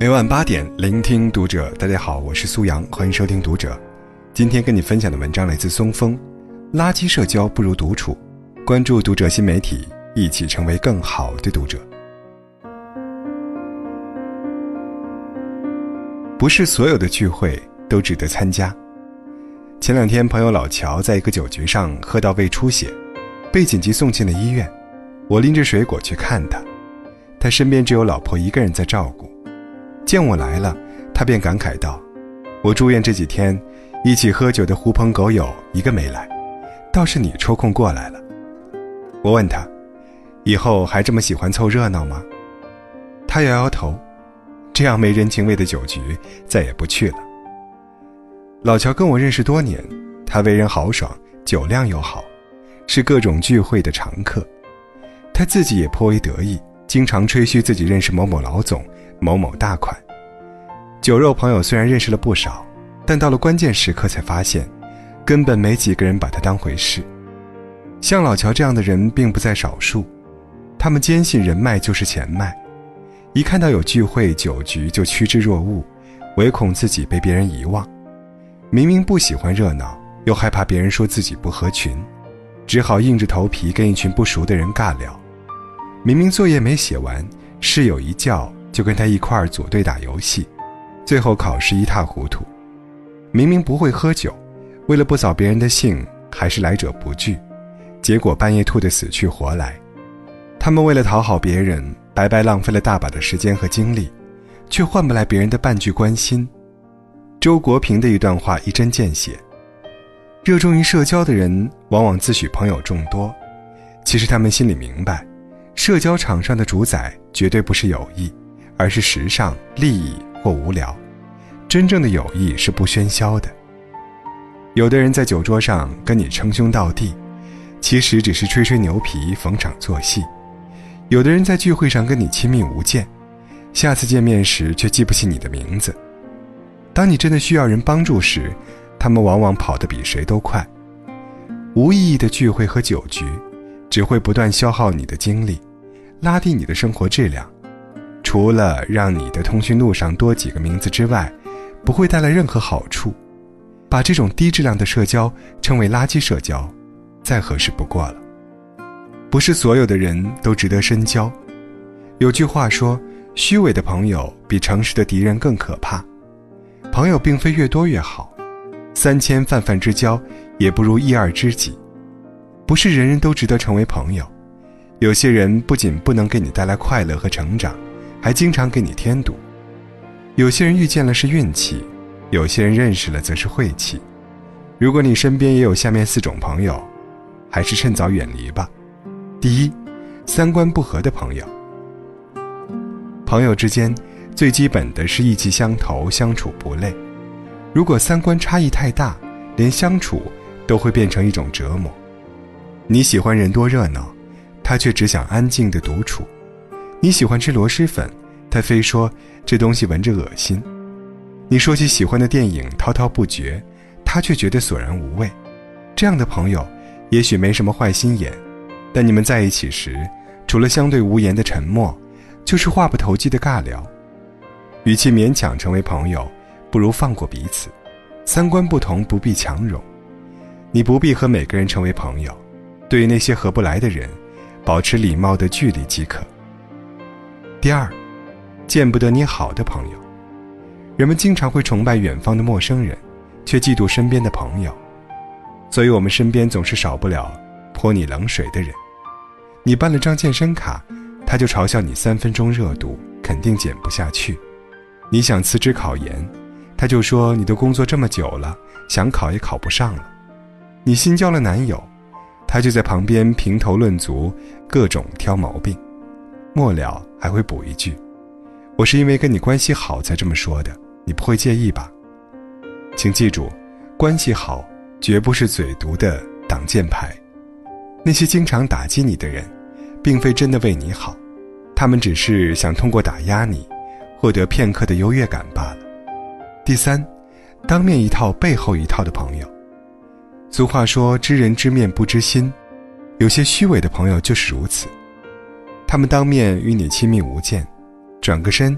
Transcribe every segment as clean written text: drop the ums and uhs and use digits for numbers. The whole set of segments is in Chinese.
每晚8点，聆听读者。大家好，我是苏阳，欢迎收听读者。今天跟你分享的文章来自松风，垃圾社交不如独处。关注读者新媒体，一起成为更好的读者。不是所有的聚会都值得参加。前2天，朋友老乔在一个酒局上喝到胃出血，被紧急送进了医院。我拎着水果去看他，他身边只有老婆一个人在照顾。见我来了，他便感慨道：我住院这几天，一起喝酒的狐朋狗友一个没来，倒是你抽空过来了。我问他，以后还这么喜欢凑热闹吗？他摇摇头，这样没人情味的酒局再也不去了。老乔跟我认识多年，他为人豪爽，酒量又好，是各种聚会的常客。他自己也颇为得意，经常吹嘘自己认识某某老总、某某大款。酒肉朋友虽然认识了不少，但到了关键时刻才发现，根本没几个人把他当回事。像老乔这样的人并不在少数，他们坚信人脉就是钱脉，一看到有聚会酒局就趋之若鹜，唯恐自己被别人遗忘。明明不喜欢热闹，又害怕别人说自己不合群，只好硬着头皮跟一群不熟的人尬聊。明明作业没写完，室友一叫就跟他一块儿组队打游戏，最后考试一塌糊涂。明明不会喝酒，为了不扫别人的兴，还是来者不拒，结果半夜吐得死去活来。他们为了讨好别人，白白浪费了大把的时间和精力，却换不来别人的半句关心。周国平的一段话一针见血：热衷于社交的人往往自诩朋友众多，其实他们心里明白，社交场上的主宰绝对不是友谊，而是时尚、利益或无聊。真正的友谊是不喧嚣的。有的人在酒桌上跟你称兄道弟，其实只是吹吹牛皮，逢场作戏。有的人在聚会上跟你亲密无间，下次见面时却记不起你的名字。当你真的需要人帮助时，他们往往跑得比谁都快。无意义的聚会和酒局只会不断消耗你的精力，拉低你的生活质量，除了让你的通讯录上多几个名字之外，不会带来任何好处。把这种低质量的社交称为垃圾社交，再合适不过了。不是所有的人都值得深交。有句话说，虚伪的朋友比诚实的敌人更可怕。朋友并非越多越好，3000泛泛之交也不如1、2知己。不是人人都值得成为朋友，有些人不仅不能给你带来快乐和成长，还经常给你添堵。有些人遇见了是运气，有些人认识了则是晦气。如果你身边也有下面4种朋友，还是趁早远离吧。第一，三观不合的朋友。朋友之间最基本的是意气相投，相处不累。如果三观差异太大，连相处都会变成一种折磨。你喜欢人多热闹，他却只想安静的独处。你喜欢吃螺蛳粉，他非说这东西闻着恶心。你说起喜欢的电影滔滔不绝，他却觉得索然无味。这样的朋友也许没什么坏心眼，但你们在一起时，除了相对无言的沉默，就是话不投机的尬聊。与其勉强成为朋友，不如放过彼此。三观不同不必强融，你不必和每个人成为朋友，对于那些合不来的人，保持礼貌的距离即可。第二，见不得你好的朋友。人们经常会崇拜远方的陌生人，却嫉妒身边的朋友，所以我们身边总是少不了泼你冷水的人。你办了张健身卡，他就嘲笑你3分钟热度，肯定减不下去。你想辞职考研，他就说你都工作这么久了，想考也考不上了。你新交了男友，他就在旁边评头论足，各种挑毛病，末了还会补一句，我是因为跟你关系好才这么说的，你不会介意吧？请记住，关系好绝不是嘴毒的挡箭牌。那些经常打击你的人，并非真的为你好，他们只是想通过打压你，获得片刻的优越感罢了。第三，当面一套背后一套的朋友。俗话说，知人知面不知心，有些虚伪的朋友就是如此。他们当面与你亲密无间，转个身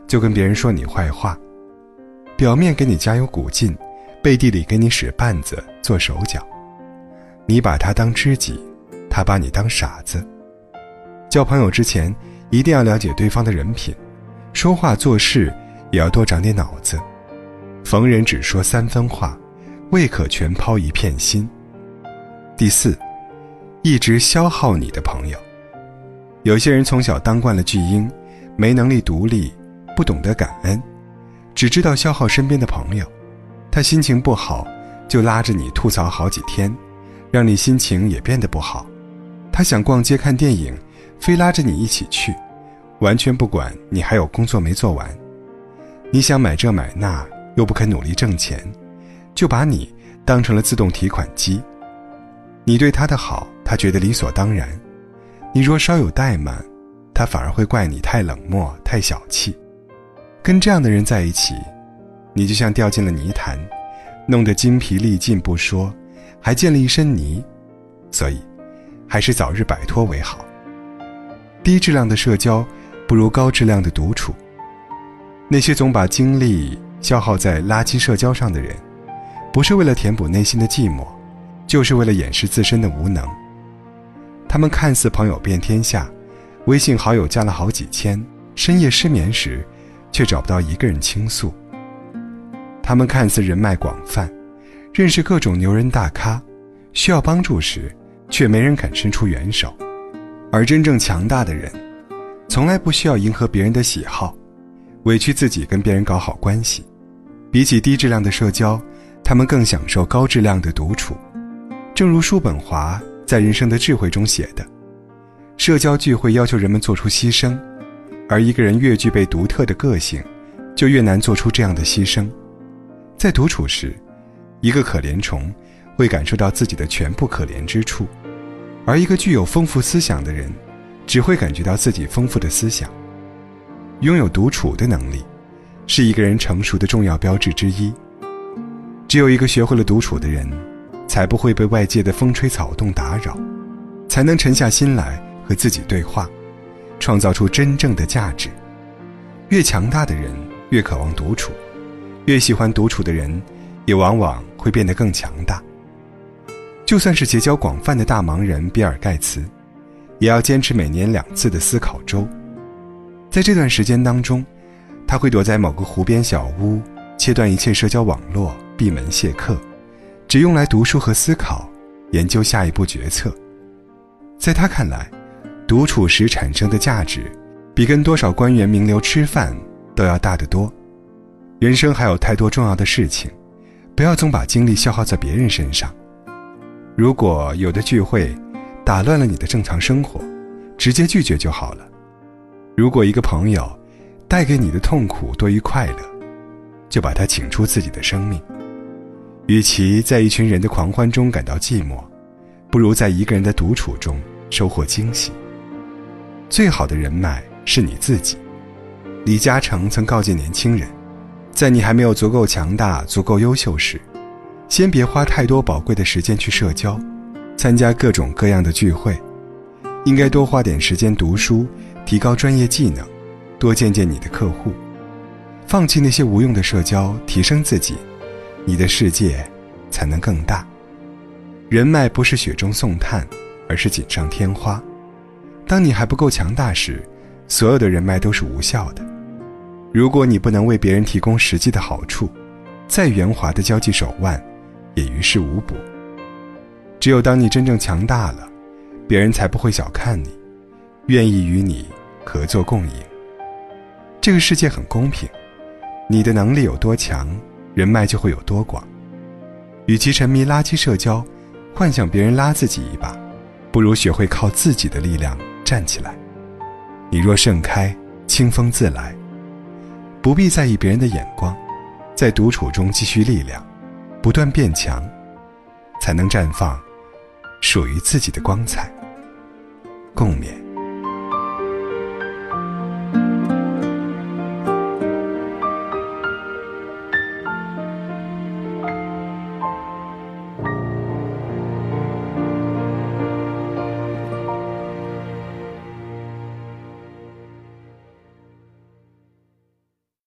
就跟别人说你坏话，表面给你加油鼓劲，背地里给你使绊子做手脚。你把他当知己，他把你当傻子。交朋友之前一定要了解对方的人品，说话做事也要多长点脑子。逢人只说3分话，未可全抛一片心。第4，一直消耗你的朋友。有些人从小当惯了巨婴，没能力独立，不懂得感恩，只知道消耗身边的朋友。他心情不好就拉着你吐槽好几天，让你心情也变得不好。他想逛街看电影，非拉着你一起去，完全不管你还有工作没做完。你想买这买那，又不肯努力挣钱，就把你当成了自动提款机。你对他的好，他觉得理所当然。你若稍有怠慢，他反而会怪你太冷漠、太小气。跟这样的人在一起，你就像掉进了泥潭，弄得精疲力尽不说，还溅了一身泥。所以还是早日摆脱为好。低质量的社交不如高质量的独处。那些总把精力消耗在垃圾社交上的人，不是为了填补内心的寂寞，就是为了掩饰自身的无能。他们看似朋友遍天下，微信好友加了好几千，深夜失眠时却找不到一个人倾诉。他们看似人脉广泛，认识各种牛人大咖，需要帮助时却没人肯伸出援手。而真正强大的人，从来不需要迎合别人的喜好，委屈自己跟别人搞好关系。比起低质量的社交，他们更享受高质量的独处。正如叔本华在《人生的智慧》中写的，社交聚会要求人们做出牺牲，而一个人越具备独特的个性，就越难做出这样的牺牲。在独处时，一个可怜虫会感受到自己的全部可怜之处，而一个具有丰富思想的人只会感觉到自己丰富的思想。拥有独处的能力，是一个人成熟的重要标志之一。只有一个学会了独处的人，才不会被外界的风吹草动打扰，才能沉下心来和自己对话，创造出真正的价值。越强大的人越渴望独处，越喜欢独处的人也往往会变得更强大。就算是结交广泛的大忙人比尔盖茨，也要坚持每年2次的思考周。在这段时间当中，他会躲在某个湖边小屋，切断一切社交网络，闭门谢客，只用来读书和思考，研究下一步决策。在他看来，独处时产生的价值比跟多少官员名流吃饭都要大得多。人生还有太多重要的事情，不要总把精力消耗在别人身上。如果有的聚会打乱了你的正常生活，直接拒绝就好了。如果一个朋友带给你的痛苦多于快乐，就把他请出自己的生命。与其在一群人的狂欢中感到寂寞，不如在一个人的独处中收获惊喜。最好的人脉是你自己。李嘉诚曾告诫年轻人，在你还没有足够强大、足够优秀时，先别花太多宝贵的时间去社交，参加各种各样的聚会，应该多花点时间读书，提高专业技能，多见见你的客户。放弃那些无用的社交，提升自己，你的世界才能更大。人脉不是雪中送炭，而是锦上添花。当你还不够强大时，所有的人脉都是无效的。如果你不能为别人提供实际的好处，再圆滑的交际手腕也于事无补。只有当你真正强大了，别人才不会小看你，愿意与你合作共赢。这个世界很公平，你的能力有多强，人脉就会有多广。与其沉迷垃圾社交，幻想别人拉自己一把，不如学会靠自己的力量站起来。你若盛开，清风自来。不必在意别人的眼光，在独处中积蓄力量，不断变强，才能绽放属于自己的光彩。共勉。